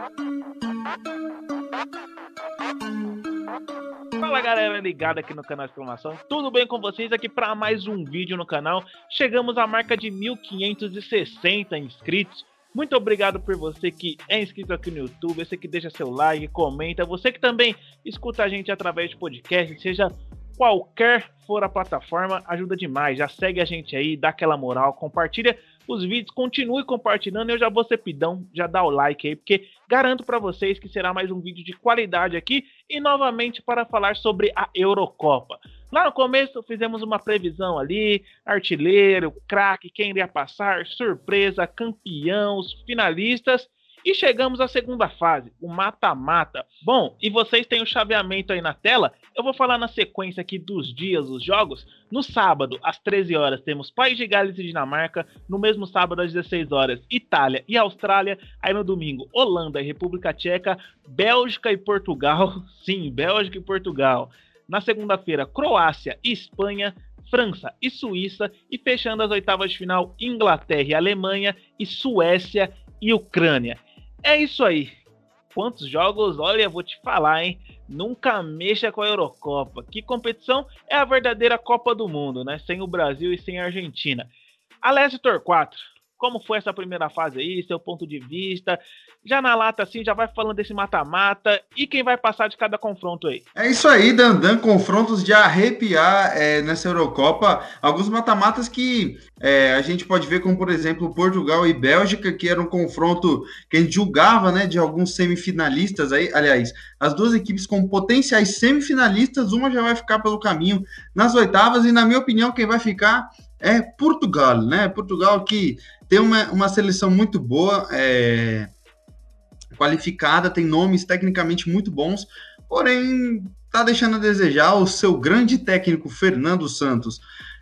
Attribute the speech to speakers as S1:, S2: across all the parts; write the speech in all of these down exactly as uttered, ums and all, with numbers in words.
S1: Fala galera ligada aqui no canal Exclamação, tudo bem com vocês? Aqui para mais um vídeo no canal. Chegamos à marca de mil quinhentos e sessenta inscritos. Muito obrigado por você que é inscrito aqui no YouTube, você que deixa seu like, comenta, você que também escuta a gente através de podcast, seja qualquer for a plataforma, ajuda demais. Já segue a gente aí, dá aquela moral, compartilha os vídeos, continue compartilhando. Eu já vou ser pidão, já dá o like aí, porque garanto para vocês que será mais um vídeo de qualidade aqui e novamente para falar sobre a Eurocopa. Lá no começo fizemos uma previsão ali, artilheiro, craque, quem iria passar, surpresa, campeão, os finalistas. E chegamos à segunda fase, o mata-mata. Bom, e vocês têm o chaveamento aí na tela. Eu vou falar na sequência aqui dos dias dos jogos. No sábado, às treze horas, temos País de Gales e Dinamarca. No mesmo sábado, às dezesseis horas, Itália e Austrália. Aí no domingo, Holanda e República Tcheca, Bélgica e Portugal. Sim, Bélgica e Portugal. Na segunda-feira, Croácia e Espanha, França e Suíça. E fechando as oitavas de final, Inglaterra e Alemanha e Suécia e Ucrânia. É isso aí. Quantos jogos? Olha, vou te falar, hein? Nunca mexa com a Eurocopa. Que competição é a verdadeira Copa do Mundo, né? Sem o Brasil e sem a Argentina. Alessio Torquato, como foi essa primeira fase aí? Seu ponto de vista? Já na lata assim, já vai falando desse mata-mata. E quem vai passar de cada confronto aí?
S2: É isso aí, Dandan. Confrontos de arrepiar é, nessa Eurocopa. Alguns mata-matas que é, a gente pode ver, como por exemplo Portugal e Bélgica, que era um confronto que a gente julgava, né, de alguns semifinalistas. Aí, aliás, as duas equipes com potenciais semifinalistas, uma já vai ficar pelo caminho nas oitavas. E na minha opinião, quem vai ficar é Portugal, né? Portugal que tem uma, uma seleção muito boa, é, qualificada, tem nomes tecnicamente muito bons, porém tá deixando a desejar. O seu grande técnico Fernando Santos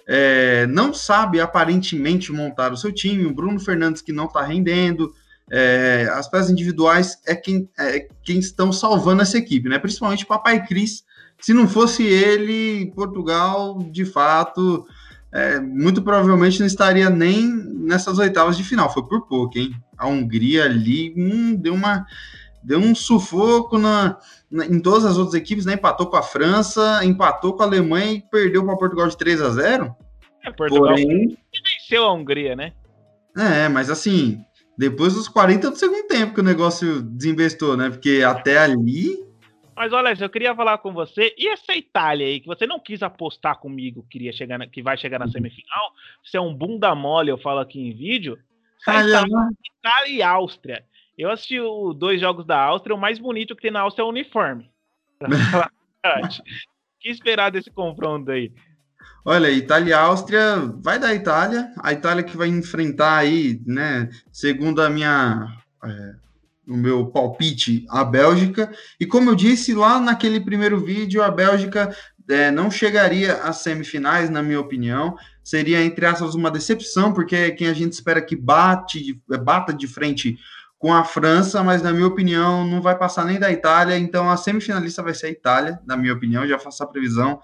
S2: é, não sabe aparentemente montar o seu time. O Bruno Fernandes que não tá rendendo, é, as peças individuais é quem, é quem estão salvando essa equipe, né? Principalmente o Papai Cris. Se não fosse ele, Portugal de fato É, muito provavelmente não estaria nem nessas oitavas de final. Foi por pouco, hein? A Hungria ali hum, deu, uma, deu um sufoco na, na, em todas as outras equipes, né? Empatou com a França, empatou com a Alemanha e perdeu para Portugal de três a zero.
S1: É, Portugal
S2: Porém,
S1: venceu a Hungria, né?
S2: É, mas assim, depois dos quarenta do segundo tempo que o negócio desinvestou, né? Porque até ali...
S1: Mas olha, eu queria falar com você, e essa Itália aí, que você não quis apostar comigo, queria chegar na, que vai chegar na semifinal, você é um bunda mole, eu falo aqui em vídeo, Itália, Itália e Áustria. Eu assisti os dois jogos da Áustria, o mais bonito que tem na Áustria é o uniforme. Pra falar a verdade. O que esperar desse confronto aí?
S2: Olha, Itália e Áustria, vai dar Itália, a Itália que vai enfrentar aí, né, segundo a minha... É... no meu palpite, a Bélgica. E como eu disse lá naquele primeiro vídeo, a Bélgica é, não chegaria às semifinais, na minha opinião. Seria, entre aspas, uma decepção, porque é quem a gente espera que bate, bata de frente com a França, mas na minha opinião não vai passar nem da Itália. Então a semifinalista vai ser a Itália, na minha opinião, já faço a previsão.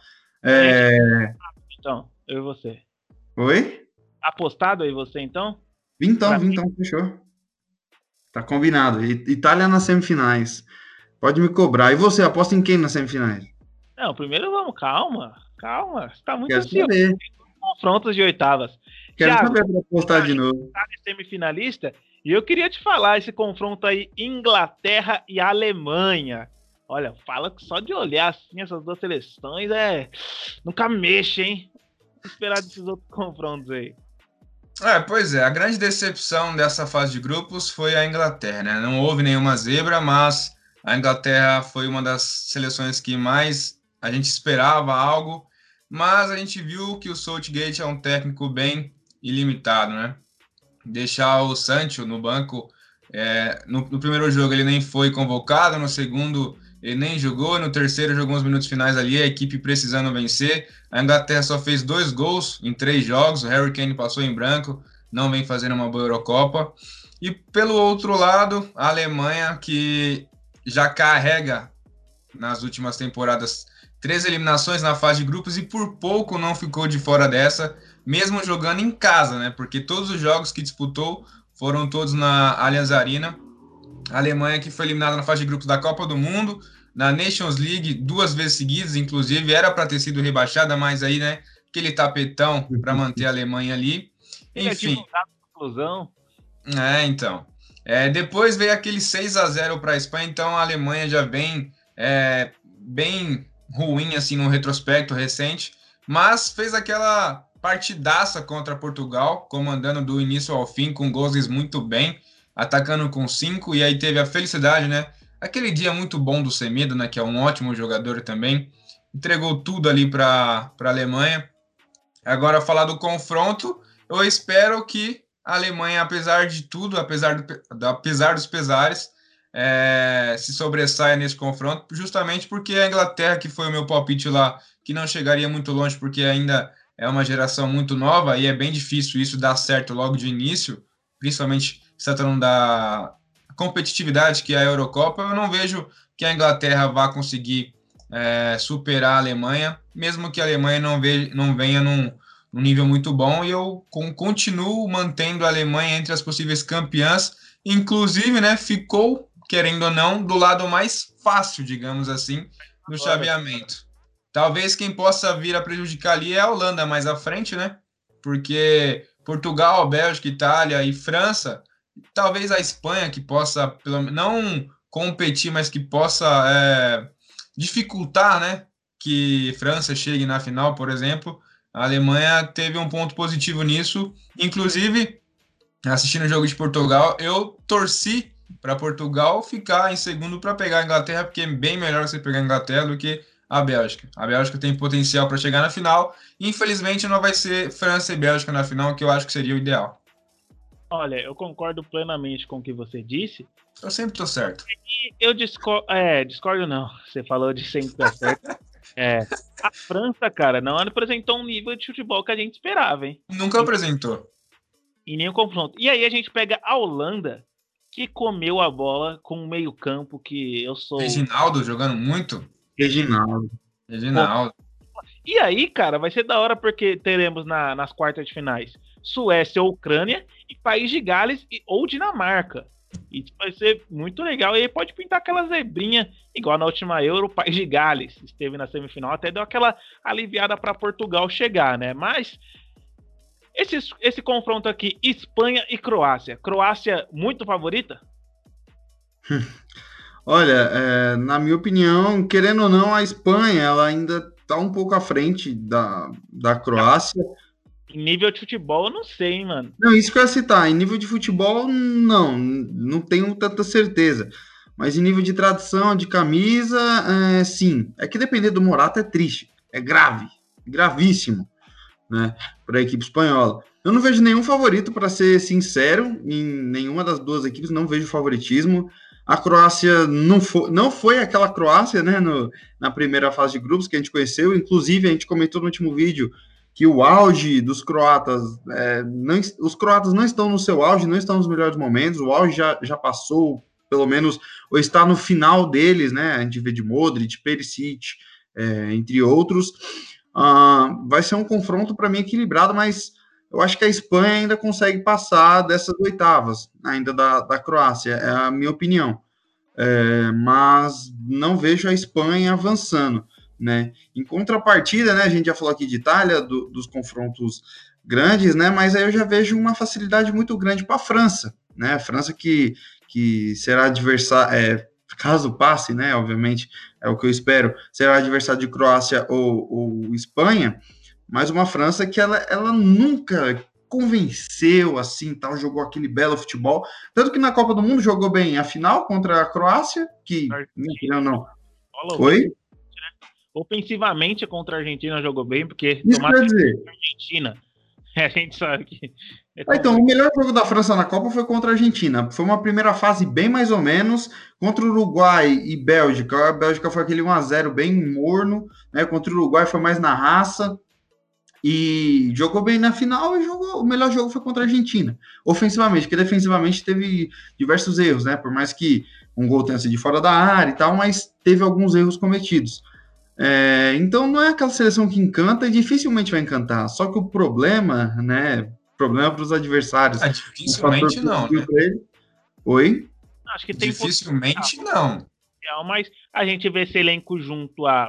S2: É...
S1: Então, eu e você.
S2: Oi?
S1: Apostado aí você, então?
S2: Vintão, vintão, fechou. Tá combinado. Itália nas semifinais. Pode me cobrar. E você, aposta em quem nas semifinais?
S1: Não, primeiro vamos, calma. Calma. Você tá muito
S2: Quero
S1: ansioso.
S2: saber.
S1: Confrontos de oitavas.
S2: Quero
S1: Thiago,
S2: saber para apostar de novo.
S1: Tá semifinalista. E eu queria te falar esse confronto aí, Inglaterra e Alemanha. Olha, fala que só de olhar assim essas duas seleções é... Nunca mexe, hein? Vou esperar desses outros confrontos aí.
S3: É, pois é, a grande decepção dessa fase de grupos foi a Inglaterra, né? Não houve nenhuma zebra, mas a Inglaterra foi uma das seleções que mais a gente esperava algo, mas a gente viu que o Southgate é um técnico bem ilimitado, né? Deixar o Sancho no banco, é, no, no primeiro jogo ele nem foi convocado, no segundo ele nem jogou, no terceiro jogou uns minutos finais ali, a equipe precisando vencer. A Inglaterra só fez dois gols em três jogos, o Harry Kane passou em branco, não vem fazendo uma boa Eurocopa. E pelo outro lado, a Alemanha, que já carrega nas últimas temporadas três eliminações na fase de grupos e por pouco não ficou de fora dessa, mesmo jogando em casa, né? Porque todos os jogos que disputou foram todos na Allianz Arena. A Alemanha que foi eliminada na fase de grupos da Copa do Mundo, na Nations League, duas vezes seguidas, inclusive, era para ter sido rebaixada, mas aí, né, aquele tapetão para manter a Alemanha ali. Enfim.
S1: Conclusão.
S3: É, então. É, depois veio aquele seis a zero para a Espanha, então a Alemanha já vem é, bem ruim, assim, no retrospecto recente, mas fez aquela partidaça contra Portugal, comandando do início ao fim, com gols muito bem, atacando com cinco, e aí teve a felicidade, né? Aquele dia muito bom do Semedo, né? Que é um ótimo jogador também, entregou tudo ali para a Alemanha. Agora, falar do confronto, eu espero que a Alemanha, apesar de tudo, apesar, do, apesar dos pesares, é, se sobressaia nesse confronto, justamente porque a Inglaterra, que foi o meu palpite lá, que não chegaria muito longe, porque ainda é uma geração muito nova, e é bem difícil isso dar certo logo de início, principalmente se tratando da competitividade que é a Eurocopa. Eu não vejo que a Inglaterra vá conseguir é, superar a Alemanha, mesmo que a Alemanha não, veja, não venha num, num nível muito bom, e eu com, continuo mantendo a Alemanha entre as possíveis campeãs, inclusive, né, ficou, querendo ou não, do lado mais fácil, digamos assim, do chaveamento. Talvez quem possa vir a prejudicar ali é a Holanda mais à frente, né, porque Portugal, Bélgica, Itália e França, talvez a Espanha que possa, pelo menos, não competir, mas que possa é, dificultar, né, que França chegue na final, por exemplo. A Alemanha teve um ponto positivo nisso. Inclusive, assistindo o jogo de Portugal, eu torci para Portugal ficar em segundo para pegar a Inglaterra, porque é bem melhor você pegar a Inglaterra do que a Bélgica. A Bélgica tem potencial para chegar na final. Infelizmente, não vai ser França e Bélgica na final, que eu acho que seria o ideal.
S1: Olha, eu concordo plenamente com o que você disse.
S3: Eu sempre tô certo.
S1: E eu discordo, é, discordo não. Você falou de sempre estar certo. É, a França, cara, não apresentou um nível de futebol que a gente esperava, hein?
S3: Nunca apresentou.
S1: Em nenhum confronto. E aí a gente pega a Holanda, que comeu a bola com um meio campo que eu sou...
S3: Reginaldo jogando muito?
S2: Reginaldo.
S3: Reginaldo.
S1: E aí, cara, vai ser da hora porque teremos na, nas quartas de finais Suécia ou Ucrânia e País de Gales e, ou Dinamarca. Isso vai ser muito legal. E aí pode pintar aquela zebrinha, igual na última Euro, o País de Gales esteve na semifinal, até deu aquela aliviada para Portugal chegar, né? Mas esse, esse confronto aqui, Espanha e Croácia. Croácia muito favorita?
S2: Olha, é, na minha opinião, querendo ou não, a Espanha ela ainda está um pouco à frente da, da Croácia.
S1: Em nível de futebol, eu não sei, hein, mano.
S2: Não, isso que eu ia citar. Em nível de futebol, não. Não tenho tanta certeza. Mas em nível de tradição, de camisa, é, sim. É que depender do Morata é triste. É grave. Gravíssimo, né? Para a equipe espanhola. Eu não vejo nenhum favorito, para ser sincero. Em nenhuma das duas equipes, não vejo favoritismo. A Croácia não foi, não foi aquela Croácia, né, no, na primeira fase de grupos que a gente conheceu. Inclusive, a gente comentou no último vídeo que o auge dos croatas, é, não, os croatas não estão no seu auge, não estão nos melhores momentos, o auge já, já passou, pelo menos, ou está no final deles, né, a gente vê de Modric, Perisic, é, entre outros. Uh, vai ser um confronto, para mim, equilibrado, mas eu acho que a Espanha ainda consegue passar dessas oitavas, ainda da, da Croácia, é a minha opinião. É, mas não vejo a Espanha avançando, né? Em contrapartida, né, a gente já falou aqui de Itália, do, dos confrontos grandes, né, mas aí eu já vejo uma facilidade muito grande para a França, né, a França que, que será adversário, é, caso passe, né, obviamente, é o que eu espero, será adversário de Croácia ou, ou Espanha, mas uma França que ela, ela nunca convenceu, assim, tal, jogou aquele belo futebol, tanto que na Copa do Mundo jogou bem a final contra a Croácia, que, não, não, oi?
S1: Ofensivamente contra a Argentina jogou bem, porque
S2: isso quer dizer
S1: a Argentina, a gente sabe que é
S2: ah, então, o melhor jogo da França na Copa foi contra a Argentina, foi uma primeira fase bem mais ou menos, contra o Uruguai e Bélgica, a Bélgica foi aquele um a zero bem morno, né, contra o Uruguai foi mais na raça, e jogou bem na final, e jogou, o melhor jogo foi contra a Argentina, ofensivamente, porque defensivamente teve diversos erros, né, por mais que um gol tenha sido de fora da área e tal, mas teve alguns erros cometidos. É, então não é aquela seleção que encanta e dificilmente vai encantar, só que o problema, né, problema para os adversários.
S3: Ah, dificilmente
S2: um
S3: não, né?
S2: Oi?
S1: Ah, Acho que tem
S3: dificilmente não.
S1: potencial, mas a gente vê esse elenco junto a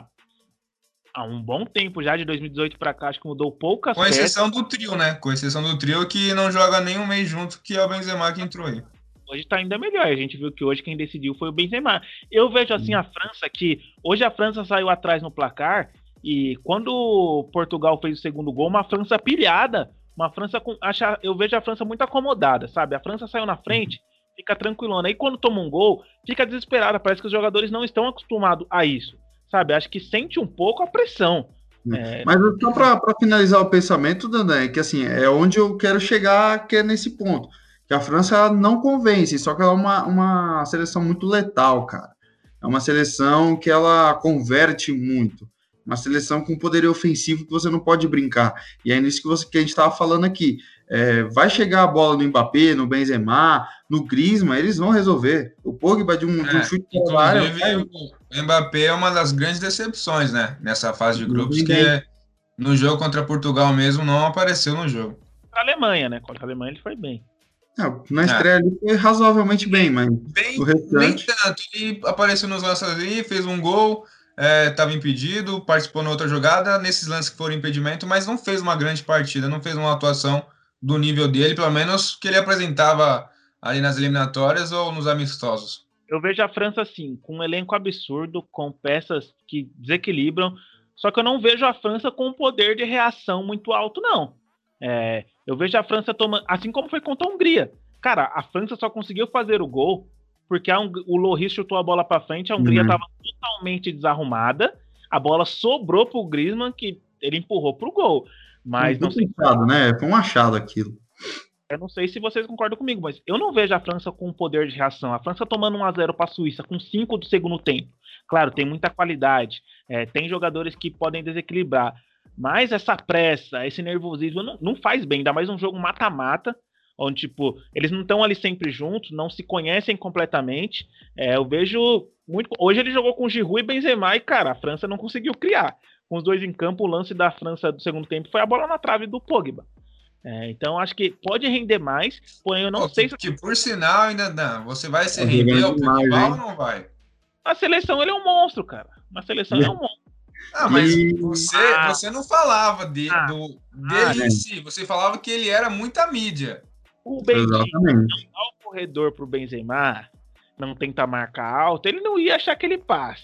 S1: há um bom tempo já, de dois mil e dezoito para cá, acho que mudou poucas
S3: Com exceção do trio, né? Com exceção do trio que não joga nem um mês junto, que é o Benzema que entrou aí.
S1: Hoje tá ainda melhor. A gente viu que hoje quem decidiu foi o Benzema. Eu vejo assim a França que hoje a França saiu atrás no placar e quando Portugal fez o segundo gol, uma França pilhada, uma França com, acha, eu vejo a França muito acomodada, sabe? A França saiu na frente, fica tranquilona. Aí quando toma um gol, fica desesperada. Parece que os jogadores não estão acostumados a isso. Sabe, acho que sente um pouco a pressão.
S2: É... Mas só para finalizar o pensamento, Dandan, é que assim, é onde eu quero chegar, que é nesse ponto. Que a França não convence, só que ela é uma, uma seleção muito letal, cara. É uma seleção que ela converte muito. Uma seleção com poderio ofensivo que você não pode brincar. E é nisso que, você, que a gente estava falando aqui. É, vai chegar a bola no Mbappé, no Benzema, no Griezmann, eles vão resolver. O Pogba de um, é, de um chute
S3: para a área. O Mbappé é uma das grandes decepções, né? Nessa fase de grupos, que é, no jogo contra Portugal mesmo não apareceu no jogo.
S1: Contra a Alemanha, né? Contra a Alemanha ele foi bem.
S2: É, na estreia é. ali foi razoavelmente bem, mas
S3: bem,
S2: o restante...
S3: nem tanto. Ele apareceu nos lances ali, fez um gol, estava é, impedido, participou na outra jogada, nesses lances que foram impedimento, mas não fez uma grande partida, não fez uma atuação do nível dele, pelo menos que ele apresentava ali nas eliminatórias ou nos amistosos.
S1: Eu vejo a França assim, com um elenco absurdo, com peças que desequilibram, só que eu não vejo a França com um poder de reação muito alto, não. É, eu vejo a França tomando, assim como foi contra a Hungria. Cara, a França só conseguiu fazer o gol porque a, o Lloris chutou a bola para frente, a Hungria estava uhum. totalmente desarrumada, a bola sobrou pro Griezmann, que ele empurrou pro gol. Mas não sei.
S2: Pensado, né? Foi um achado aquilo.
S1: Eu não sei se vocês concordam comigo, mas eu não vejo a França com poder de reação. A França tomando um a zero para a Suíça com cinco do segundo tempo. Claro, tem muita qualidade, é, tem jogadores que podem desequilibrar, mas essa pressa, esse nervosismo não, não faz bem, ainda mais um jogo mata-mata, onde tipo, eles não estão ali sempre juntos, não se conhecem completamente. É, eu vejo muito. Hoje ele jogou com Giroud e Benzema e, cara, a França não conseguiu criar. Com os dois em campo, o lance da França do segundo tempo foi a bola na trave do Pogba. É, então acho que pode render mais, porém eu não
S3: Pô,
S1: sei
S3: que,
S1: se...
S3: Que por sinal ainda não, você vai se render ao Pogba ou não vai?
S1: Na seleção ele é um monstro, cara. Na seleção ele é um monstro.
S3: Ah, mas você, ah, você não falava de, ah, do, dele ah, em si, você falava que ele era muita mídia.
S1: O Benzema não dá o corredor pro Benzema, não tenta marcar alto, ele não ia achar que ele passe.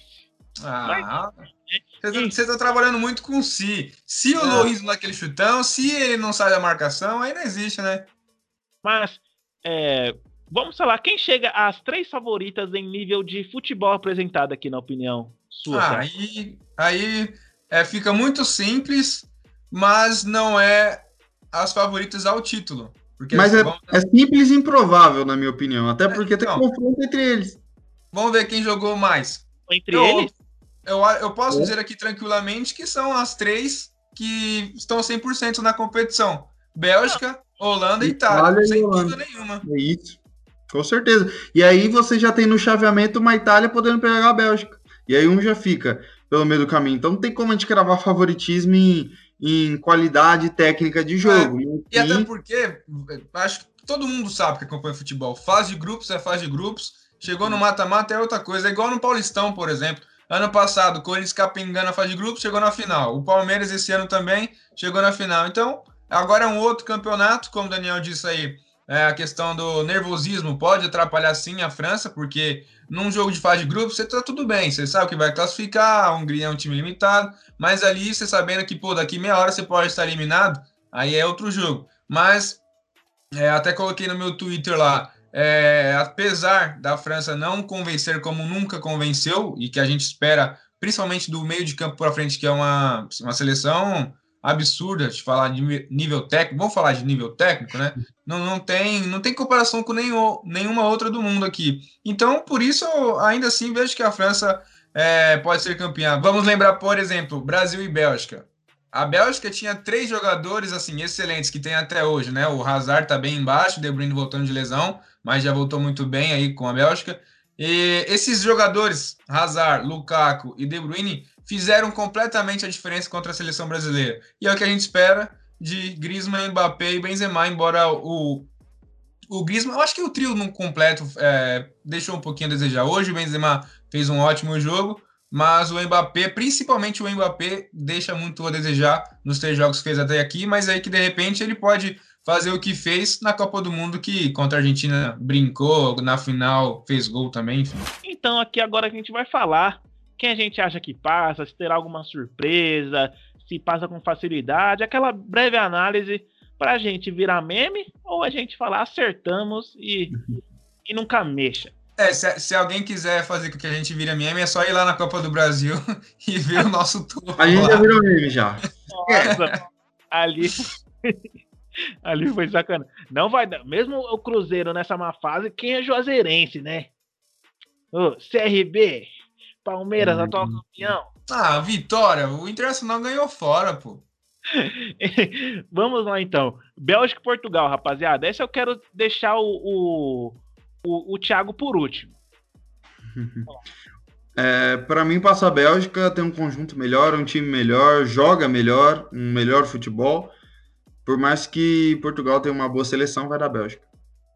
S3: Ah, mas, você está trabalhando muito com si. Se o Lloris não dá aquele chutão, se ele não sai da marcação, aí não existe, né?
S1: Mas, é, vamos falar, quem chega às três favoritas em nível de futebol apresentado aqui, na opinião sua?
S3: Ah, aí aí é, fica muito simples, mas não é as favoritas ao título. Porque
S2: mas é, vamos... é simples e improvável, na minha opinião, até porque é, então, tem confronto entre eles.
S3: Vamos ver quem jogou mais.
S1: Entre eu, eles?
S3: Eu, eu posso é. dizer aqui tranquilamente que são as três que estão cem por cento na competição. Bélgica, Holanda e Itália, Itália sem Holanda. dúvida nenhuma.
S2: É isso, com certeza. E aí você já tem no chaveamento uma Itália podendo pegar a Bélgica. E aí um já fica pelo meio do caminho. Então não tem como a gente cravar favoritismo em, em qualidade técnica de jogo.
S3: É. E até porque, acho que todo mundo sabe que acompanha futebol. Fase de grupos é fase de grupos. Chegou no mata-mata é outra coisa. É igual no Paulistão, por exemplo. Ano passado, o Corinthians capengando na fase de grupos, chegou na final. O Palmeiras esse ano também chegou na final. Então, agora é um outro campeonato, como o Daniel disse aí. É, a questão do nervosismo pode atrapalhar sim a França, porque num jogo de fase de grupos você tá tudo bem, você sabe que vai classificar, a Hungria é um time limitado, mas ali você sabendo que, pô, daqui meia hora você pode estar eliminado, aí é outro jogo. Mas, é, até coloquei no meu Twitter lá, É, apesar da França não convencer como nunca convenceu, e que a gente espera, principalmente do meio de campo para frente, que é uma, uma seleção absurda de falar de nível técnico, vamos falar de nível técnico, né? Não, não, tem, não tem comparação com nenhum, nenhuma outra do mundo aqui. Então, por isso, ainda assim, vejo que a França é, pode ser campeã. Vamos lembrar, por exemplo, Brasil e Bélgica. A Bélgica tinha três jogadores assim excelentes que tem até hoje, né? O Hazard tá bem embaixo, o De Bruyne voltando de lesão, mas já voltou muito bem aí com a Bélgica. E esses jogadores, Hazard, Lukaku e De Bruyne, fizeram completamente a diferença contra a seleção brasileira. E é o que a gente espera de Griezmann, Mbappé e Benzema, embora o, o Griezmann, eu acho que o trio no completo é, deixou um pouquinho a desejar. Hoje o Benzema fez um ótimo jogo, mas o Mbappé, principalmente o Mbappé, deixa muito a desejar nos três jogos que fez até aqui, mas aí que de repente ele pode fazer o que fez na Copa do Mundo, que contra a Argentina brincou, na final fez gol também, enfim.
S1: Então aqui agora a gente vai falar quem a gente acha que passa, se terá alguma surpresa, se passa com facilidade, aquela breve análise pra gente virar meme ou a gente falar acertamos e, e nunca mexa.
S3: É, se, se alguém quiser fazer com que a gente vire meme, é só ir lá na Copa do Brasil e ver o nosso topo.
S2: A gente
S3: lá.
S2: já virou meme já.
S1: Nossa, ali, ali foi sacana. Não vai dar. Mesmo o Cruzeiro nessa má fase, quem é juazeirense, né? Ô, C R B, Palmeiras, hum. atual campeão.
S3: Ah, Vitória, o Internacional ganhou fora, pô.
S1: Vamos lá então. Bélgica e Portugal, rapaziada. Essa eu quero deixar o, o, o, o Thiago por último.
S2: É, para mim, passa a Bélgica, tem um conjunto melhor, um time melhor, joga melhor, um melhor futebol. Por mais que Portugal tenha uma boa seleção, vai dar Bélgica.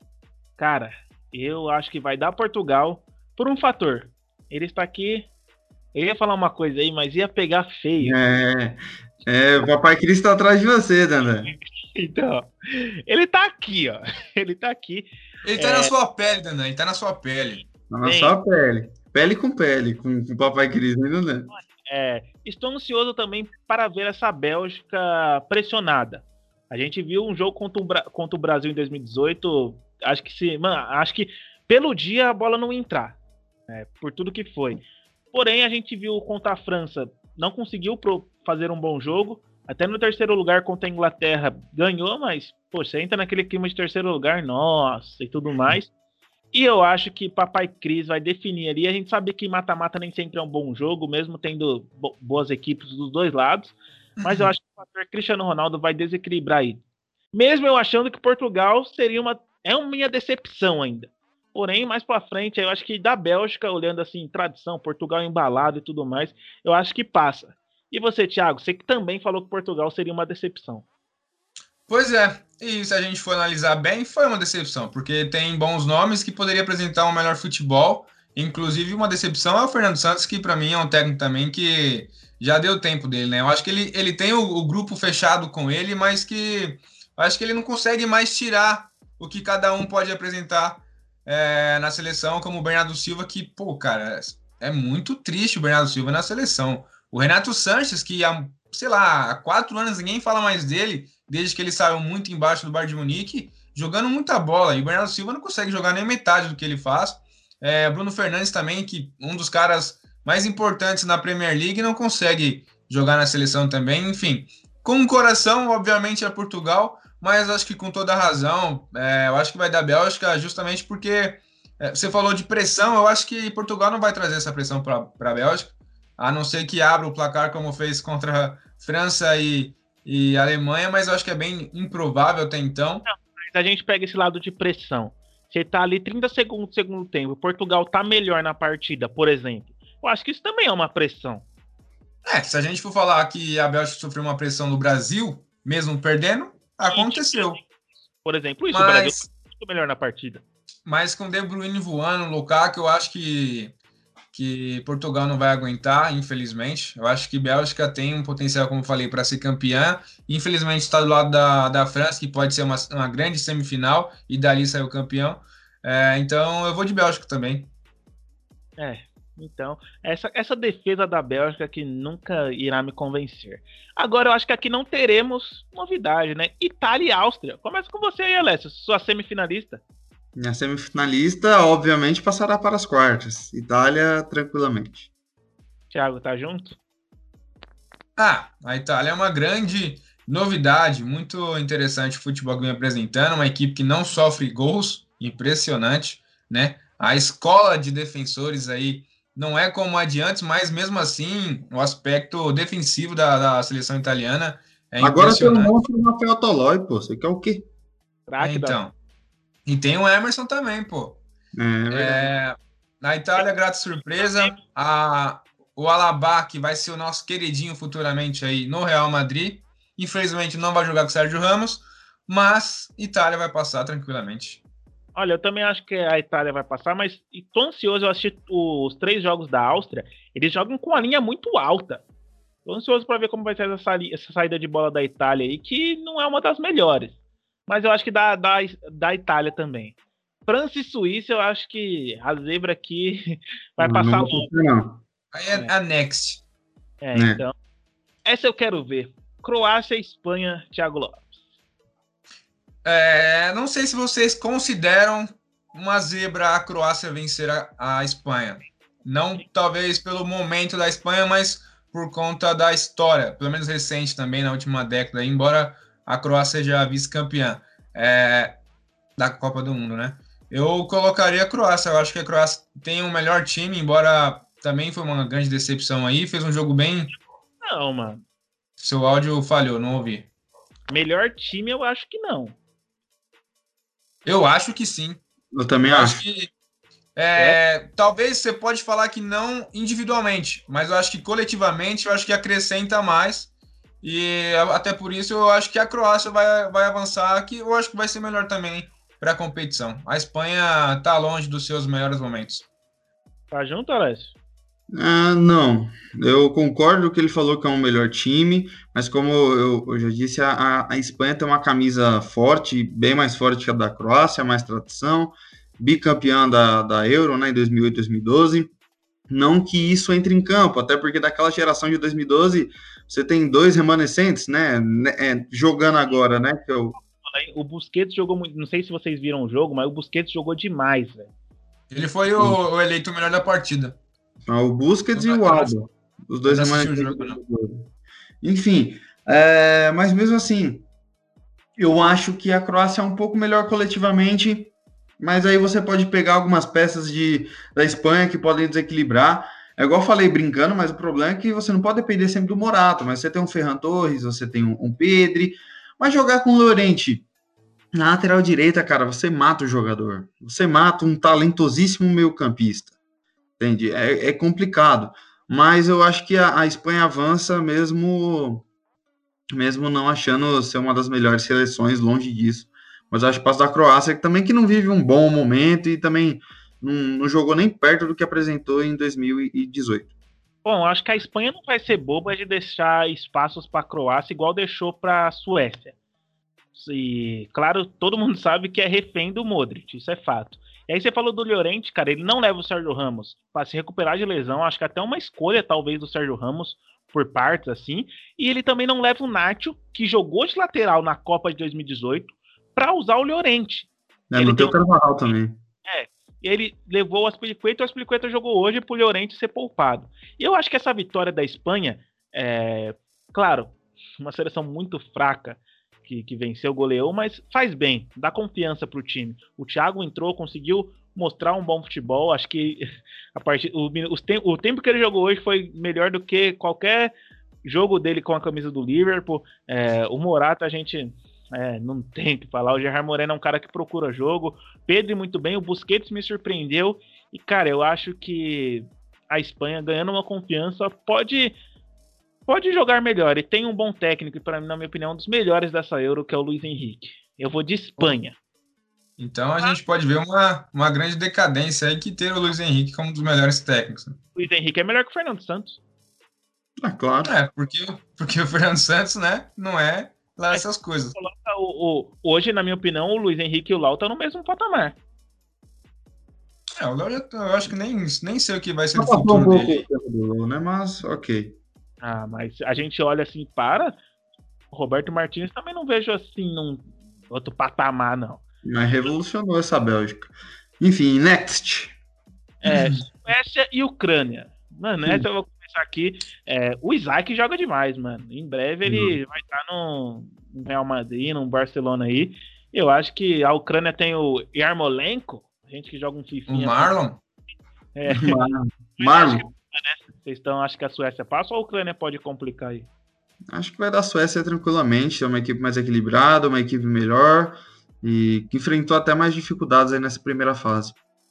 S1: Cara, eu acho que vai dar Portugal por um fator. Ele está aqui. Ele ia falar uma coisa aí, mas ia pegar feio.
S2: É, é o Papai Cristo tá atrás de você, Dandan.
S1: Então, ele tá aqui, ó. Ele tá aqui.
S3: Ele tá é... na sua pele, Dandan. Ele tá na sua pele.
S2: Tá na Sim. sua pele. Pele com pele, com o Papai Cristo, né?
S1: É, estou ansioso também para ver essa Bélgica pressionada. A gente viu um jogo contra o, Bra... contra o Brasil em dois mil e dezoito. Acho que se, mano, acho que pelo dia a bola não ia entrar, é, por tudo que foi. Porém, a gente viu contra a França, não conseguiu pro... fazer um bom jogo. Até no terceiro lugar contra a Inglaterra ganhou, mas pô, você entra naquele clima de terceiro lugar, nossa, e tudo mais. E eu acho que Papai Cris vai definir ali. A gente sabe que mata-mata nem sempre é um bom jogo, mesmo tendo bo- boas equipes dos dois lados. Mas eu acho que o fator Cristiano Ronaldo vai desequilibrar aí. Mesmo eu achando que Portugal seria uma... é uma minha decepção ainda. Porém, mais pra frente, eu acho que da Bélgica, olhando assim, tradição, Portugal embalado e tudo mais, eu acho que passa. E você, Thiago, você que também falou que Portugal seria uma decepção.
S3: Pois é, e se a gente for analisar bem, foi uma decepção, porque tem bons nomes que poderiam apresentar um melhor futebol, inclusive uma decepção é o Fernando Santos, que para mim é um técnico também que já deu tempo dele, né? Eu acho que ele, ele tem o, o grupo fechado com ele, mas que eu acho que ele não consegue mais tirar o que cada um pode apresentar é, na seleção, como o Bernardo Silva, que, pô, cara, é muito triste o Bernardo Silva na seleção. O Renato Sanches, que há, sei lá, há quatro anos ninguém fala mais dele, desde que ele saiu muito embaixo do Bayern de Munique, jogando muita bola. E o Bernardo Silva não consegue jogar nem metade do que ele faz. É, Bruno Fernandes também, que um dos caras mais importantes na Premier League, não consegue jogar na seleção também. Enfim, com um coração, obviamente, é Portugal, mas acho que com toda a razão, é, eu acho que vai dar Bélgica justamente porque é, você falou de pressão, eu acho que Portugal não vai trazer essa pressão para a Bélgica, a não ser que abra o placar como fez contra a França e, e a Alemanha, mas eu acho que é bem improvável até então.
S1: Não, mas a gente pega esse lado de pressão. Você tá ali trinta segundos do segundo tempo, Portugal tá melhor na partida, por exemplo. Eu acho que isso também é uma pressão.
S3: É, se a gente for falar que a Bélgica sofreu uma pressão no Brasil, mesmo perdendo, aconteceu.
S1: Por exemplo, isso,
S3: mas,
S1: o Brasil tá muito melhor na partida.
S3: Mas com De Bruyne voando, Lukaku, eu acho que, que Portugal não vai aguentar, infelizmente. Eu acho que Bélgica tem um potencial, como eu falei, para ser campeã. Infelizmente está do lado da, da França, que pode ser uma, uma grande semifinal, e dali saiu campeão. É, então eu vou de Bélgica também.
S1: É, então, essa, essa defesa da Bélgica que nunca irá me convencer. Agora eu acho que aqui não teremos novidade, né? Itália e Áustria. Começa com você aí, Alessio, sua semifinalista.
S2: Minha semifinalista, obviamente, passará para as quartas. Itália, tranquilamente.
S1: Thiago, tá junto?
S3: Ah, a Itália é uma grande novidade, muito interessante o futebol que vem apresentando, uma equipe que não sofre gols, impressionante, né? A escola de defensores aí não é como a de antes, mas mesmo assim, o aspecto defensivo da, da seleção italiana é
S2: Agora tem
S3: impressionante.
S2: um monstro do Rafael Tolói, pô. Você quer o quê?
S3: É, então. E tem o Emerson também, pô.
S2: É,
S3: é, na Itália, grata surpresa, a, o Alaba, que vai ser o nosso queridinho futuramente aí no Real Madrid, infelizmente não vai jogar com o Sérgio Ramos, mas Itália vai passar tranquilamente.
S1: Olha, eu também acho que a Itália vai passar, mas tô ansioso. Eu assisti os três jogos da Áustria. Eles jogam com a linha muito alta. Tô ansioso para ver como vai ser essa, essa saída de bola da Itália aí, que não é uma das melhores. Mas eu acho que da, da, da Itália também. França e Suíça, eu acho que a zebra aqui vai
S2: não,
S1: passar
S2: não
S1: logo.
S2: Não.
S3: Aí é, é a next.
S1: É, é, então. Essa eu quero ver. Croácia e Espanha, Thiago Lopes.
S3: É, não sei se vocês consideram uma zebra a Croácia vencer a, a Espanha. Não talvez pelo momento da Espanha, mas por conta da história, pelo menos recente também, na última década, embora a Croácia seja vice-campeã é, da Copa do Mundo, né? Eu colocaria a Croácia. Eu acho que a Croácia tem um melhor time, embora também foi uma grande decepção aí. Fez um jogo bem...
S1: Não, mano.
S3: Seu áudio falhou, não ouvi.
S1: Melhor time, eu acho que não.
S3: Eu acho que sim.
S2: Eu também
S3: eu
S2: acho.
S3: acho que, é, é. Talvez você pode falar que não individualmente, mas eu acho que coletivamente, eu acho que acrescenta mais. E até por isso eu acho que a Croácia vai, vai avançar, que eu acho que vai ser melhor também para a competição. A Espanha está longe dos seus melhores momentos.
S1: Tá junto, Alessio?
S2: Ah, não, eu concordo que ele falou que é um melhor time, mas como eu, eu já disse, a, a Espanha tem uma camisa forte, bem mais forte que a da Croácia, mais tradição, bicampeã da, da Euro, né, em dois mil e oito, dois mil e doze. Não que isso entre em campo, até porque daquela geração de dois mil e doze você tem dois remanescentes, né, é, jogando agora, né, que eu...
S1: O Busquets jogou muito, não sei se vocês viram o jogo, mas o Busquets jogou demais, velho.
S3: Ele foi o, o eleito melhor da partida.
S2: O Busquets e o Alba, os dois remanescentes. Enfim, é, mas mesmo assim, eu acho que a Croácia é um pouco melhor coletivamente, mas aí você pode pegar algumas peças de, da Espanha que podem desequilibrar. É igual eu falei brincando, mas o problema é que você não pode depender sempre do Morata, mas você tem um Ferran Torres, você tem um, um Pedri, mas jogar com o Llorente na lateral direita, cara, você mata o jogador. Você mata um talentosíssimo meio-campista. Entende? É, é complicado. Mas eu acho que a, a Espanha avança mesmo, mesmo não achando ser uma das melhores seleções, longe disso. Mas eu acho que passa da Croácia, que também que não vive um bom momento e também não, não jogou nem perto do que apresentou em dois mil e dezoito.
S1: Bom, acho que a Espanha não vai ser boba de deixar espaços para a Croácia igual deixou para a Suécia. E, claro, todo mundo sabe que é refém do Modric, isso é fato. E aí você falou do Llorente, cara, ele não leva o Sérgio Ramos para se recuperar de lesão, acho que até uma escolha talvez do Sérgio Ramos por partes assim, e ele também não leva o Nacho, que jogou de lateral na Copa de dois mil e dezoito, para usar o Llorente.
S2: É, não tem o Carvajal também.
S1: É, e ele levou o Aspilicueta, o Aspilicueta jogou hoje pro Llorente ser poupado. E eu acho que essa vitória da Espanha, é, claro, uma seleção muito fraca, Que, que venceu, goleou, mas faz bem, dá confiança pro time. O Thiago entrou, conseguiu mostrar um bom futebol, acho que a partir, o, o, o tempo que ele jogou hoje foi melhor do que qualquer jogo dele com a camisa do Liverpool. É, o Morata a gente é, não tem o que falar, o Gerard Moreno é um cara que procura jogo, Pedro muito bem, o Busquets me surpreendeu, e cara, eu acho que a Espanha ganhando uma confiança pode... Pode jogar melhor, e tem um bom técnico, e para mim, na minha opinião, um dos melhores dessa Euro, que é o Luiz Henrique. Eu vou de Espanha.
S3: Então a gente pode ver uma, uma grande decadência aí que ter o Luiz Henrique como um dos melhores técnicos.
S1: O Luiz Henrique é melhor que o Fernando Santos.
S2: Ah, claro.
S3: É, porque, porque o Fernando Santos, né, não é lá essas coisas.
S1: O, o, hoje, na minha opinião, o Luiz Henrique e o Lau estão no mesmo patamar.
S3: É, o Lau, eu acho que nem, nem sei o que vai ser o futuro um dele.
S2: Pouco, né, mas ok.
S1: Ah, mas a gente olha assim para o Roberto Martínez, também não vejo assim num outro patamar, não.
S2: Mas revolucionou essa Bélgica. Enfim, next.
S1: É, Suécia e Ucrânia. Mano, essa eu vou começar aqui. É, o Isaac joga demais, mano. Em breve ele uhum. vai estar no Real Madrid, no Barcelona aí. Eu acho que a Ucrânia tem o Yarmolenko, gente que joga um fifinha.
S3: O Marlon?
S1: É.
S2: Marlon.
S1: Vocês estão, acho que a Suécia passa ou a Ucrânia pode complicar aí?
S2: Acho que vai dar a Suécia tranquilamente, é uma equipe mais equilibrada, uma equipe melhor e que enfrentou até mais dificuldades aí nessa primeira fase.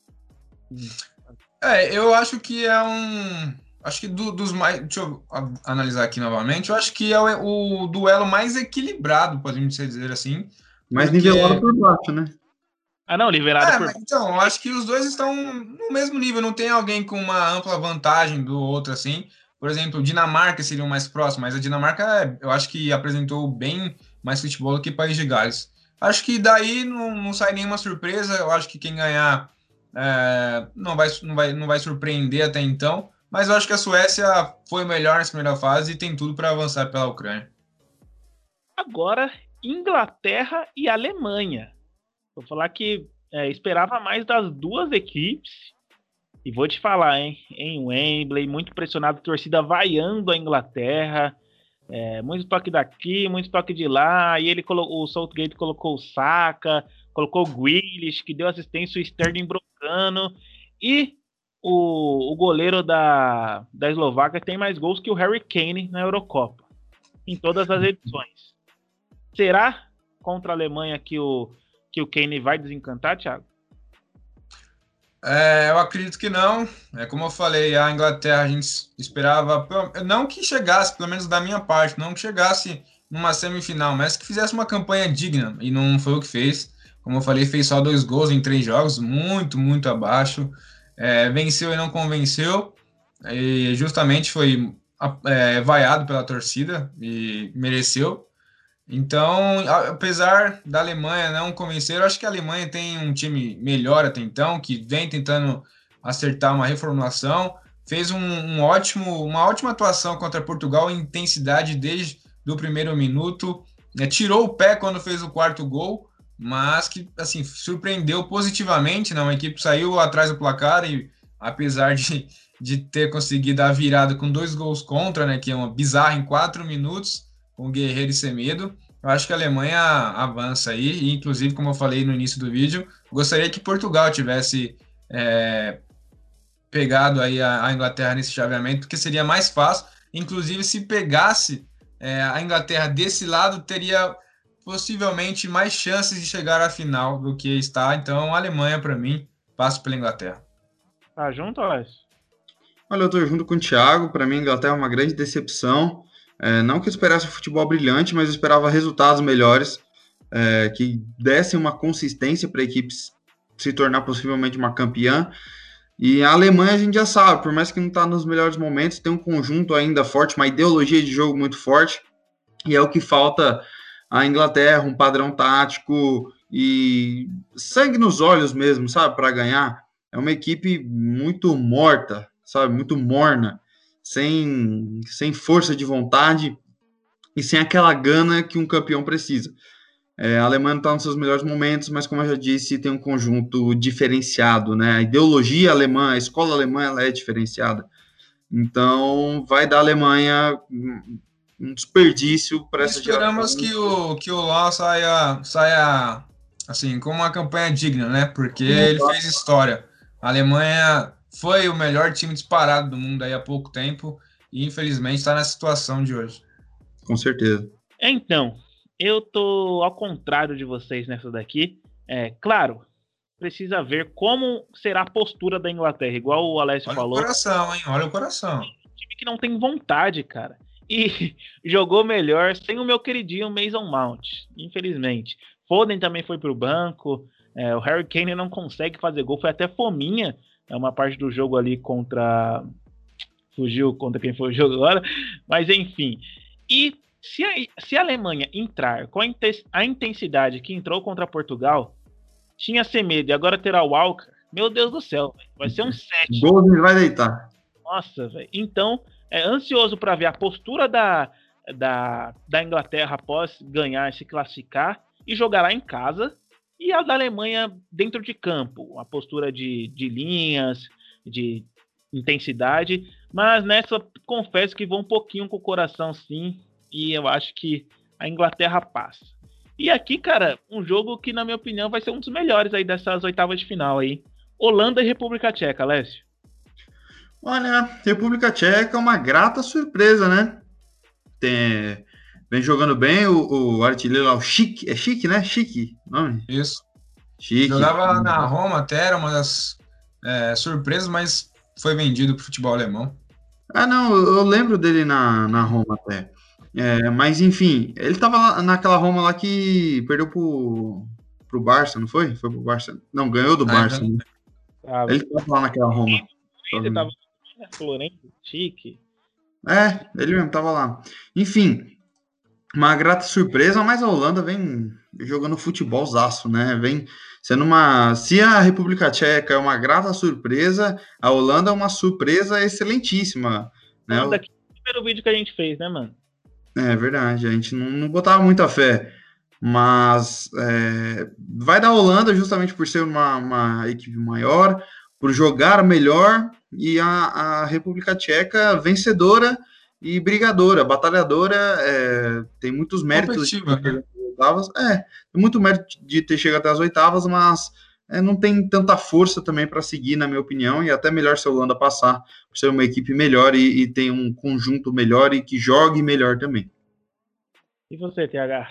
S3: É, eu acho que é um... Acho que do, dos mais... Deixa eu analisar aqui novamente. Eu acho que é o, o duelo mais equilibrado, podemos dizer assim.
S2: Mais nivelado por baixo, né?
S1: Ah, não, liberado
S3: É,
S1: por...
S3: mas então, eu acho que os dois estão no mesmo nível, não tem alguém com uma ampla vantagem do outro, assim. Por exemplo, Dinamarca seria o mais próximo, mas a Dinamarca, eu acho que apresentou bem mais futebol do que País de Gales. Acho que daí não, não sai nenhuma surpresa, eu acho que quem ganhar é, não, vai, não, vai, não vai surpreender até então, mas eu acho que a Suécia foi melhor nessa primeira fase e tem tudo para avançar pela Ucrânia.
S1: Agora, Inglaterra e Alemanha. Vou falar que é, esperava mais das duas equipes. E vou te falar, hein? Em Wembley, muito pressionado, torcida vaiando a Inglaterra. É, muito toque daqui, muito toque de lá. E ele colocou, o Southgate colocou o Saka, colocou o Grealish, que deu assistência, o Sterling brocando. E o, o goleiro da, da Eslováquia tem mais gols que o Harry Kane na Eurocopa. Em todas as edições. Será contra a Alemanha que o, que o Kane vai desencantar, Thiago?
S3: É, eu acredito que não. É como eu falei, a Inglaterra a gente esperava, não que chegasse, pelo menos da minha parte, não que chegasse numa semifinal, mas que fizesse uma campanha digna, e não foi o que fez. Como eu falei, fez só dois gols em três jogos, muito, muito abaixo. É, venceu e não convenceu, e justamente foi é, vaiado pela torcida, e mereceu. Então, apesar da Alemanha não convencer, eu acho que a Alemanha tem um time melhor até então, que vem tentando acertar uma reformulação, fez um, um ótimo, uma ótima atuação contra Portugal em intensidade desde o primeiro minuto, né, tirou o pé quando fez o quarto gol, mas que assim surpreendeu positivamente, né, uma equipe saiu atrás do placar e apesar de, de ter conseguido a virada com dois gols contra, né, que é uma bizarra em quatro minutos, com o Guerreiro e Semedo, eu acho que a Alemanha avança aí, e inclusive, como eu falei no início do vídeo, gostaria que Portugal tivesse é, pegado aí a, a Inglaterra nesse chaveamento, porque seria mais fácil, inclusive se pegasse é, a Inglaterra desse lado, teria possivelmente mais chances de chegar à final do que está, então a Alemanha, para mim, passa pela Inglaterra.
S1: Tá junto, Alex?
S2: Olha, eu tô junto com o Thiago, para mim a Inglaterra é uma grande decepção. É, não que eu esperasse um futebol brilhante, mas eu esperava resultados melhores, é, que dessem uma consistência para a equipe se tornar possivelmente uma campeã. E a Alemanha a gente já sabe, por mais que não está nos melhores momentos, tem um conjunto ainda forte, uma ideologia de jogo muito forte, e é o que falta à Inglaterra, um padrão tático e sangue nos olhos mesmo, sabe, para ganhar. É uma equipe muito morta, sabe, muito morna. Sem, sem força de vontade e sem aquela gana que um campeão precisa. É, a Alemanha não está nos seus melhores momentos, mas como eu já disse, tem um conjunto diferenciado, né? A ideologia alemã, a escola alemã, ela é diferenciada. Então, vai dar a Alemanha um desperdício para essa geração.
S3: Esperamos que o, que o Lá saia, saia assim, com uma campanha digna, né? Porque ele fez história. A Alemanha foi o melhor time disparado do mundo aí há pouco tempo e infelizmente está na situação de hoje.
S2: Com certeza.
S1: Então, eu tô ao contrário de vocês nessa daqui. É, claro, precisa ver como será a postura da Inglaterra, igual o Alessio
S3: Olha
S1: falou.
S3: Olha o coração, hein? Olha o coração.
S1: Um time que não tem vontade, cara. E jogou melhor sem o meu queridinho Mason Mount, infelizmente. Foden também foi pro banco. É, o Harry Kane não consegue fazer gol, foi até fominha. É uma parte do jogo ali contra... Fugiu contra quem foi o jogo agora. Mas enfim. E se a, se a Alemanha entrar com a intensidade que entrou contra Portugal, tinha Semedo e agora terá o Walker. Meu Deus do céu. Véio. Vai ser um sete.
S2: Golden vai deitar.
S1: Nossa, velho. Então, é ansioso para ver a postura da, da, da Inglaterra após ganhar, se classificar e jogar lá em casa. E a da Alemanha dentro de campo, a postura de, de linhas, de intensidade, mas nessa confesso que vou um pouquinho com o coração sim, e eu acho que a Inglaterra passa. E aqui, cara, um jogo que na minha opinião vai ser um dos melhores aí dessas oitavas de final aí, Holanda e República Tcheca, Alessio.
S2: Olha, República Tcheca é uma grata surpresa, né? Tem... Vem jogando bem o, o artilheiro lá, o Chique, é Chique, né? Chique, nome?
S3: Isso.
S2: Chique.
S3: Jogava na Roma até, era uma das é, surpresas, mas foi vendido para o futebol alemão.
S2: Ah, não, eu lembro dele na, na Roma até. É, mas, enfim, ele tava lá, naquela Roma lá que perdeu pro, pro Barça, não foi? Foi pro Barça. Não, ganhou do ah, Barça. Né?
S1: Ah,
S2: ele tava lá naquela Roma.
S1: Ele tava Florencio, Chique.
S2: É, ele mesmo tava lá. Enfim, uma grata surpresa, mas a Holanda vem jogando futebolzaço, né? Vem sendo uma... Se a República Tcheca é uma grata surpresa, a Holanda é uma surpresa excelentíssima. Né?
S1: Holanda aqui é o primeiro vídeo que a gente fez, né, mano?
S2: É verdade, a gente não, não botava muita fé. Mas é, vai da Holanda justamente por ser uma, uma equipe maior, por jogar melhor, e a, a República Tcheca vencedora e brigadora, batalhadora, é, tem muitos méritos de ter chegado às oitavas, é, tem muito mérito de ter chegado até as oitavas, mas é, não tem tanta força também para seguir, na minha opinião, e até melhor se a Holanda passar, por ser uma equipe melhor e, e tem um conjunto melhor e que jogue melhor também.
S1: E você, T H?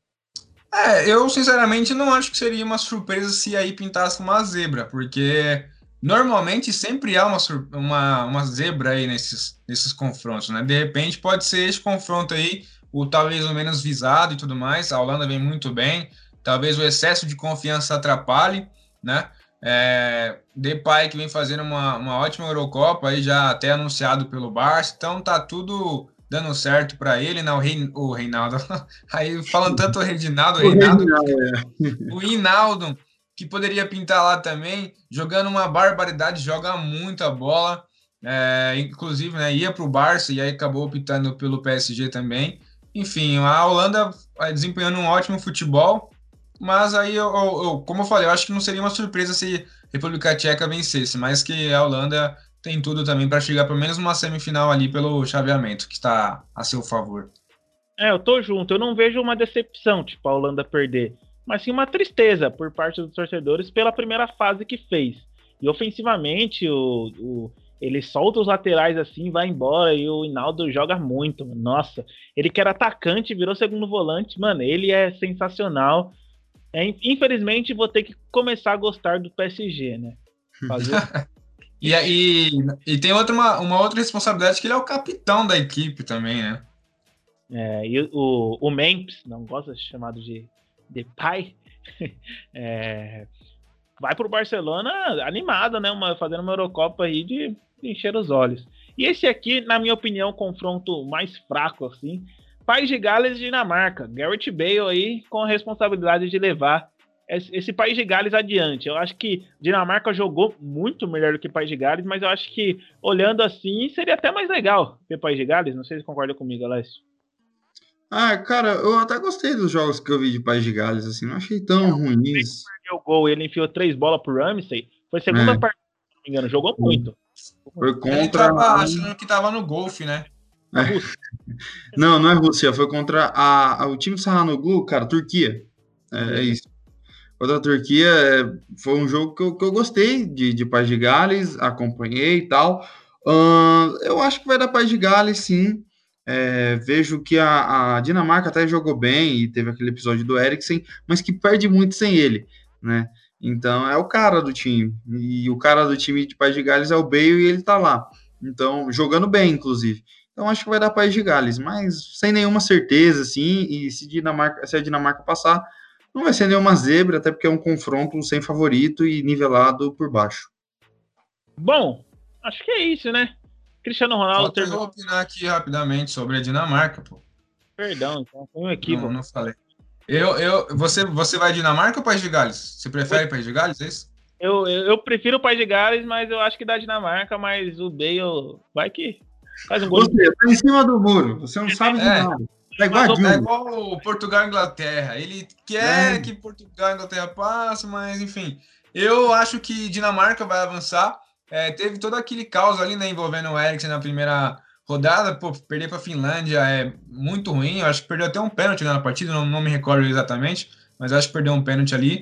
S3: É, eu sinceramente não acho que seria uma surpresa se aí pintasse uma zebra, porque normalmente sempre há uma, uma, uma zebra aí nesses, nesses confrontos, né? De repente pode ser esse confronto aí, o talvez o menos visado e tudo mais. A Holanda vem muito bem, talvez o excesso de confiança atrapalhe, né? É, Depay que vem fazendo uma, uma ótima Eurocopa, aí já até anunciado pelo Barça, então tá tudo dando certo para ele, né? O, Rein, o Reinaldo, aí falando tanto o Reginaldo, o Reinaldo, o Hinaldo, que poderia pintar lá também, jogando uma barbaridade, joga muita bola, é, inclusive, né, ia para o Barça e aí acabou pintando pelo P S G também. Enfim, a Holanda desempenhando um ótimo futebol, mas aí, eu, eu, como eu falei, eu acho que não seria uma surpresa se a República Tcheca vencesse, mas que a Holanda tem tudo também para chegar pelo menos uma semifinal ali pelo chaveamento, que está a seu favor.
S1: É, eu tô junto, eu não vejo uma decepção, tipo, a Holanda perder, mas sim uma tristeza por parte dos torcedores pela primeira fase que fez. E ofensivamente, o, o, ele solta os laterais assim, vai embora, e o Hinaldo joga muito, mano. Nossa, ele que era atacante, virou segundo volante, mano, ele é sensacional. É, infelizmente, vou ter que começar a gostar do P S G, né? Fazer...
S3: e, e, e tem outra, uma, uma outra responsabilidade, que ele é o capitão da equipe também, né?
S1: É, e o, o Memphis, não gosta de ser chamado de, de pai, é, vai pro Barcelona animado, né? Uma, fazendo uma Eurocopa aí de, de encher os olhos. E esse aqui, na minha opinião, confronto mais fraco, assim, País de Gales e Dinamarca. Gareth Bale aí com a responsabilidade de levar esse, esse País de Gales adiante. Eu acho que Dinamarca jogou muito melhor do que País de Gales, mas eu acho que, olhando assim, seria até mais legal ver País de Gales. Não sei se concorda comigo, Alessio.
S2: Ah, cara, eu até gostei dos jogos que eu vi de País de Gales, assim, não achei tão é, ruins. Ele
S1: perdeu o gol, ele enfiou três bolas pro Ramsey, foi a segunda é. partida, se não me engano, jogou muito.
S2: Foi contra...
S3: Ele tava achando que tava no golfe, né?
S2: É. Não, não é Rússia, foi contra a, a, o time Sahanoglu, cara, Turquia, é, é isso. Contra a Turquia, é, foi um jogo que eu, que eu gostei de, de País de Gales, acompanhei e tal. Uh, eu acho que vai dar País de Gales, sim. É, vejo que a, a Dinamarca até jogou bem e teve aquele episódio do Eriksen, mas que perde muito sem ele, né? Então é o cara do time, e o cara do time de País de Gales é o Bale e ele tá lá, então jogando bem, inclusive. Então acho que vai dar País de Gales, mas sem nenhuma certeza, assim, e se, Dinamarca, se a Dinamarca passar, não vai ser nenhuma zebra, até porque é um confronto sem favorito e nivelado por baixo.
S1: Bom, acho que é isso, né? Cristiano Ronaldo...
S3: Ter... Eu vou opinar aqui rapidamente sobre a Dinamarca, pô.
S1: Perdão, então foi um equívoco.
S3: Não, não falei. Eu, eu, você, você vai Dinamarca ou País de Gales? Você prefere eu... País de Gales, é isso?
S1: Eu, eu, eu prefiro o País de Gales, mas eu acho que dá Dinamarca, mas o Bale vai que faz um gol.
S2: Você tá em cima do muro, você não sabe de
S3: é.
S2: nada. É igual,
S3: é igual o Portugal e Inglaterra. Ele quer é. que Portugal e Inglaterra passem, mas enfim. Eu acho que Dinamarca vai avançar. É, teve todo aquele caos ali, né, envolvendo o Eriksen na primeira rodada. Pô, perder para a Finlândia é muito ruim. Eu acho que perdeu até um pênalti na partida, não, não me recordo exatamente, mas acho que perdeu um pênalti ali.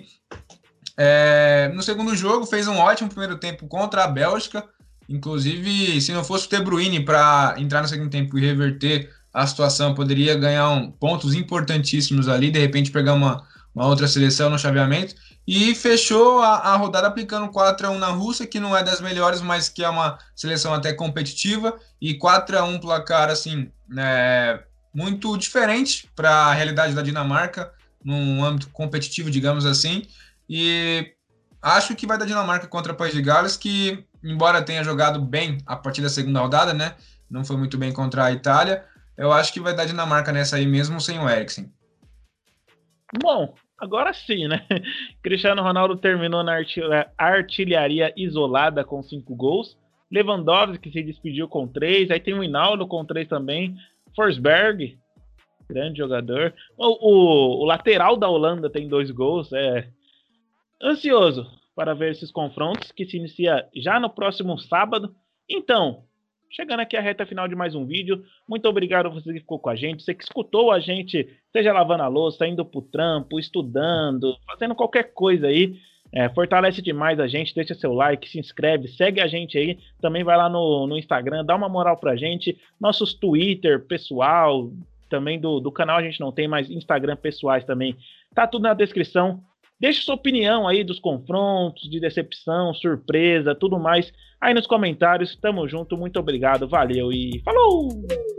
S3: É, no segundo jogo, fez um ótimo primeiro tempo contra a Bélgica. Inclusive, se não fosse o De Bruyne para entrar no segundo tempo e reverter a situação, poderia ganhar um, pontos importantíssimos ali, de repente pegar uma, uma outra seleção no chaveamento. E fechou a, a rodada aplicando quatro a um na Rússia, que não é das melhores, mas que é uma seleção até competitiva. E quatro a um placar, assim, é, muito diferente para a realidade da Dinamarca. num âmbito competitivo, digamos assim, e acho que vai dar Dinamarca contra o País de Gales, que, embora tenha jogado bem a partir da segunda rodada, né, não foi muito bem contra a Itália, eu acho que vai dar Dinamarca nessa aí mesmo sem o Eriksen.
S1: Bom, agora sim, né? Cristiano Ronaldo terminou na artilharia isolada com cinco gols. Lewandowski que se despediu com três. Aí tem o Hinaldo com três também. Forsberg, grande jogador. O, o, o lateral da Holanda tem dois gols. É ansioso para ver esses confrontos que se inicia já no próximo sábado. Então, chegando aqui à reta final de mais um vídeo, muito obrigado a você que ficou com a gente, você que escutou a gente, seja lavando a louça, indo pro trampo, estudando, fazendo qualquer coisa aí, é, fortalece demais a gente, deixa seu like, se inscreve, segue a gente aí, também vai lá no, no Instagram, dá uma moral pra gente, nossos Twitter pessoal, também do, do canal a gente não tem, mas Instagram pessoais também, tá tudo na descrição. Deixe sua opinião aí dos confrontos, de decepção, surpresa, tudo mais aí nos comentários. Tamo junto, muito obrigado, valeu e falou!